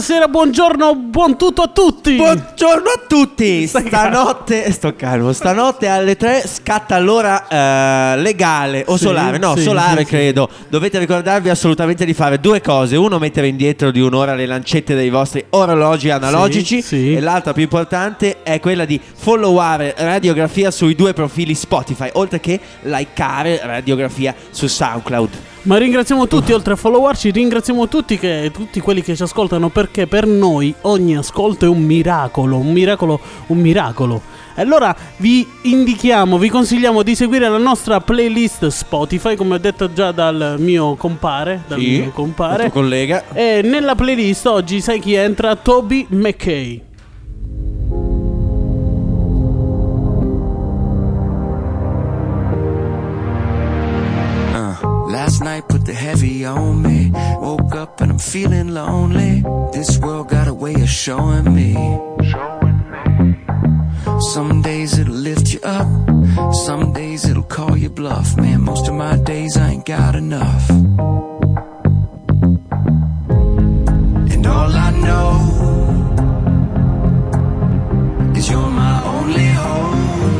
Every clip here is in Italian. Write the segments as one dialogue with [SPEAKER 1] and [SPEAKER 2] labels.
[SPEAKER 1] buonasera, buongiorno, buon tutto a tutti.
[SPEAKER 2] Buongiorno a tutti. Stanotte, sto calmo, stanotte alle 3 scatta l'ora legale o solare. No, solare credo. Dovete ricordarvi assolutamente di fare due cose. Uno, mettere indietro di un'ora le lancette dei vostri orologi analogici. E l'altra più importante è quella di followare Radiografia sui due profili Spotify, oltre che likeare Radiografia su SoundCloud.
[SPEAKER 1] Ma ringraziamo tutti, oltre a followarci, ringraziamo tutti quelli che ci ascoltano, perché per noi ogni ascolto è un miracolo. Allora vi consigliamo di seguire la nostra playlist Spotify, come ho detto già dal mio compare, il tuo
[SPEAKER 2] collega.
[SPEAKER 1] E nella playlist oggi sai chi entra? Toby McKay.
[SPEAKER 3] Last night put the heavy on me. Woke up and I'm feeling lonely. This world got a way of showing me. Some days it'll lift you up, some days it'll call you bluff. Man, most of my days I ain't got enough. And all I know is you're my only hope.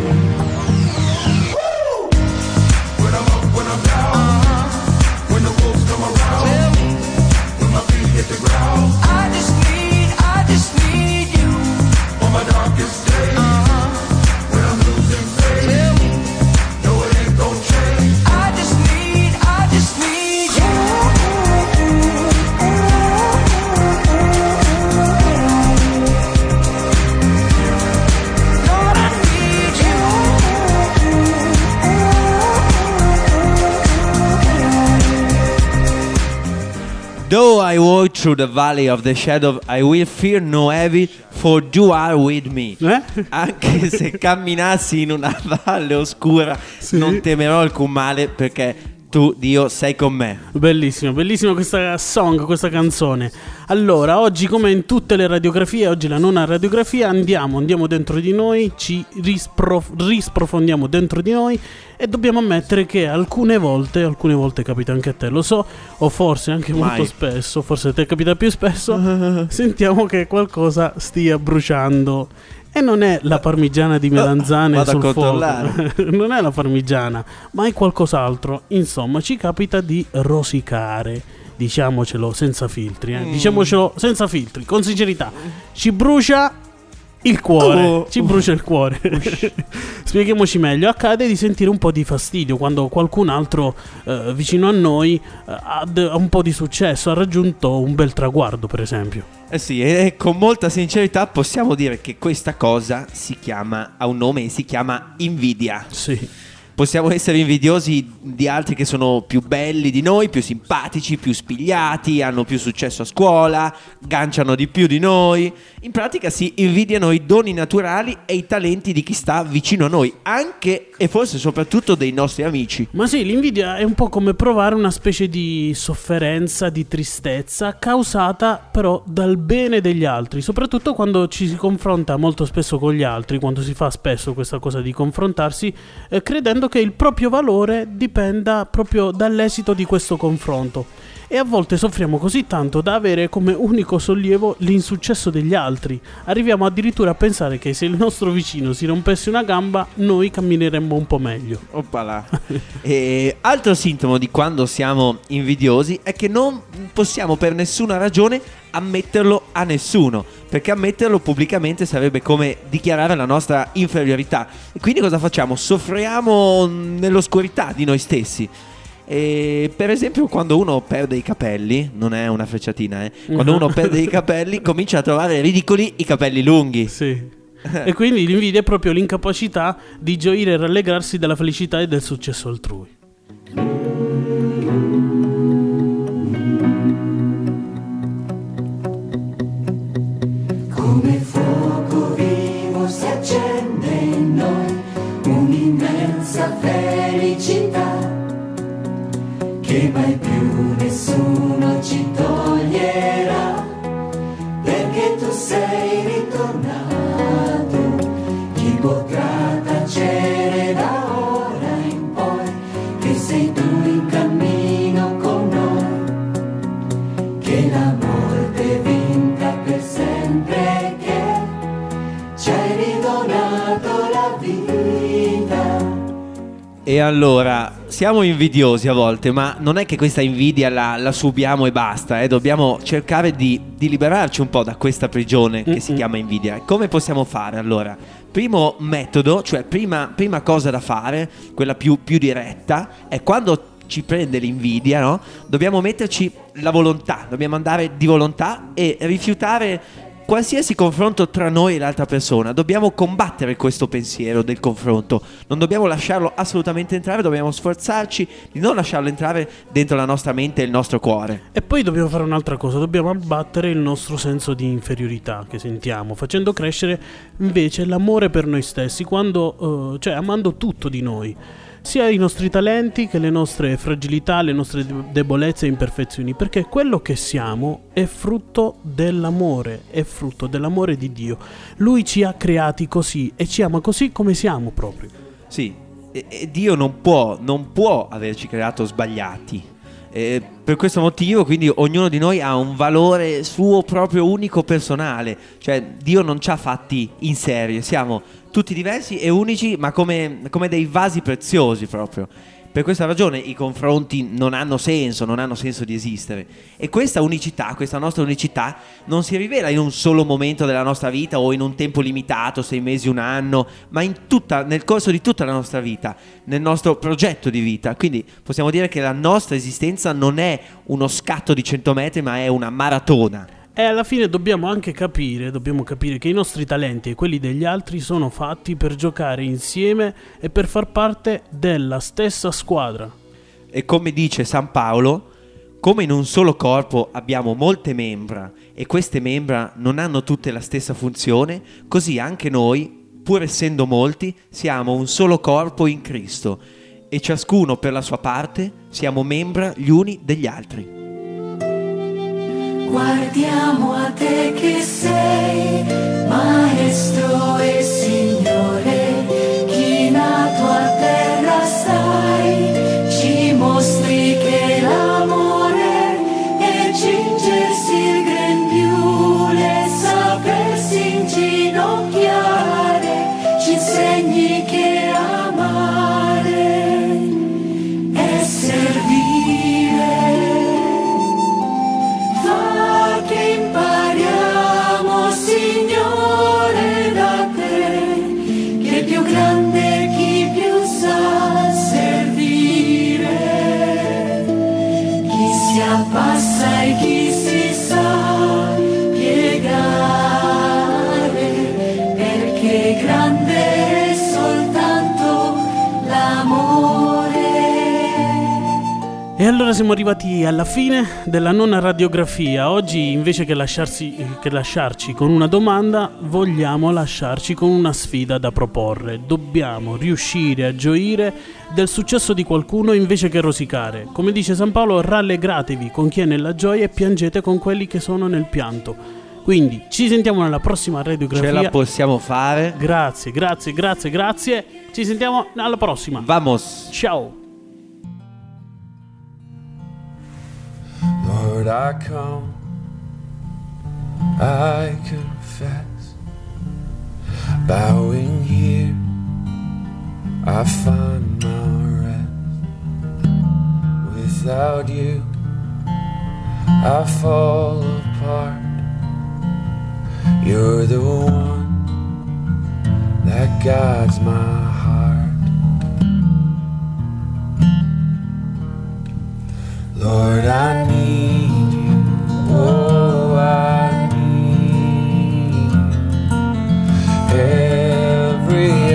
[SPEAKER 2] Though I walk through the valley of the shadow, I will fear no evil, for you are with me. Anche se camminassi in una valle oscura, non temerò alcun male, perché tu, Dio, sei con me.
[SPEAKER 1] Bellissimo questa canzone. Allora, oggi, come in tutte le radiografie, oggi la nona radiografia, andiamo dentro di noi, ci risprofondiamo dentro di noi, e dobbiamo ammettere che alcune volte capita anche a te, lo so, o forse anche molto spesso, forse a te capita più spesso, sentiamo che qualcosa stia bruciando. E non è la parmigiana di melanzane sul fuoco, non è la parmigiana, ma è qualcos'altro. Insomma, ci capita di rosicare, diciamocelo senza filtri, con sincerità. Ci brucia il cuore, Spieghiamoci meglio. Accade di sentire un po' di fastidio quando qualcun altro vicino a noi ha un po' di successo, ha raggiunto un bel traguardo, per esempio.
[SPEAKER 2] Sì, e con molta sincerità possiamo dire che questa cosa ha un nome e si chiama invidia.
[SPEAKER 1] Sì.
[SPEAKER 2] Possiamo essere invidiosi di altri che sono più belli di noi, più simpatici, più spigliati, hanno più successo a scuola, ganciano di più di noi. In pratica si invidiano i doni naturali e i talenti di chi sta vicino a noi, anche e forse soprattutto dei nostri amici.
[SPEAKER 1] Ma sì, l'invidia è un po' come provare una specie di sofferenza, di tristezza, causata però dal bene degli altri, soprattutto quando ci si confronta molto spesso con gli altri, quando si fa spesso questa cosa di confrontarsi, credendo che il proprio valore dipenda proprio dall'esito di questo confronto. E a volte soffriamo così tanto da avere come unico sollievo l'insuccesso degli altri. Arriviamo addirittura a pensare che se il nostro vicino si rompesse una gamba, noi cammineremmo un po' meglio.
[SPEAKER 2] Oppala. E altro sintomo di quando siamo invidiosi è che non possiamo per nessuna ragione ammetterlo a nessuno, perché ammetterlo pubblicamente sarebbe come dichiarare la nostra inferiorità. E quindi cosa facciamo? Soffriamo nell'oscurità di noi stessi. E per esempio quando uno perde i capelli, non è una frecciatina, quando uno perde i capelli comincia a trovare ridicoli i capelli lunghi.
[SPEAKER 1] Sì. E quindi l'invidia è proprio l'incapacità di gioire e rallegrarsi della felicità e del successo altrui.
[SPEAKER 4] Come fuoco vivo si accende in noi un'immensa felicità che mai più nessuno ci toglierà, perché tu sei ritornato. Chi potrà tacere da ora in poi che sei tu in cammino con noi, che la morte è vinta hai ridonato la vita.
[SPEAKER 2] E allora, siamo invidiosi a volte, ma non è che questa invidia la subiamo e basta, dobbiamo cercare di liberarci un po' da questa prigione che si chiama invidia. Come possiamo fare allora? Primo metodo, cioè prima cosa da fare, quella più diretta, è quando ci prende l'invidia, no? Dobbiamo metterci la volontà, dobbiamo andare di volontà e rifiutare qualsiasi confronto tra noi e l'altra persona. Dobbiamo combattere questo pensiero del confronto, non dobbiamo lasciarlo assolutamente entrare, dobbiamo sforzarci di non lasciarlo entrare dentro la nostra mente e il nostro cuore.
[SPEAKER 1] E poi dobbiamo fare un'altra cosa, dobbiamo abbattere il nostro senso di inferiorità che sentiamo, facendo crescere invece l'amore per noi stessi, cioè amando tutto di noi, sia i nostri talenti che le nostre fragilità, le nostre debolezze e imperfezioni, perché quello che siamo è frutto dell'amore, è frutto dell'amore di Dio. Lui ci ha creati così e ci ama così come siamo proprio.
[SPEAKER 2] Sì, e Dio non può averci creato sbagliati. Per questo motivo quindi ognuno di noi ha un valore suo proprio unico personale, cioè Dio non ci ha fatti in serie, siamo tutti diversi e unici, ma come dei vasi preziosi proprio. Per questa ragione i confronti non hanno senso di esistere. E questa unicità, questa nostra unicità, non si rivela in un solo momento della nostra vita o in un tempo limitato, 6 mesi, un anno, ma nel corso di tutta la nostra vita, nel nostro progetto di vita. Quindi possiamo dire che la nostra esistenza non è uno scatto di 100 metri, ma è una maratona.
[SPEAKER 1] E alla fine dobbiamo capire che i nostri talenti e quelli degli altri sono fatti per giocare insieme e per far parte della stessa squadra.
[SPEAKER 2] E come dice San Paolo, come in un solo corpo abbiamo molte membra e queste membra non hanno tutte la stessa funzione, così anche noi, pur essendo molti, siamo un solo corpo in Cristo e ciascuno per la sua parte siamo membra gli uni degli altri.
[SPEAKER 4] Guardiamo a te che sei maestro e Signore, chinato a terra stai, ci mostri che l'amore è cingersi il grembiule, sapersi inginocchiare, ci insegni che amare è servire. Che impariamo, Signore, da te, che più grande chi più sa servire, chi si abbassa e chi si sa piegare, perché grande è soltanto l'amore.
[SPEAKER 1] E allora siamo arrivati alla fine della nona radiografia. Oggi invece che lasciarci con una domanda, vogliamo lasciarci con una sfida da proporre. Dobbiamo riuscire a gioire del successo di qualcuno invece che rosicare. Come dice San Paolo, rallegratevi con chi è nella gioia e piangete con quelli che sono nel pianto. Quindi ci sentiamo nella prossima radiografia.
[SPEAKER 2] Ce la possiamo fare.
[SPEAKER 1] Grazie. Ci sentiamo alla prossima.
[SPEAKER 2] Vamos.
[SPEAKER 1] Ciao.
[SPEAKER 3] Lord, I come, I confess, bowing here, I find my rest. Without you, I fall apart. You're the one that guides my heart. Lord, I need you, oh, I need you. Every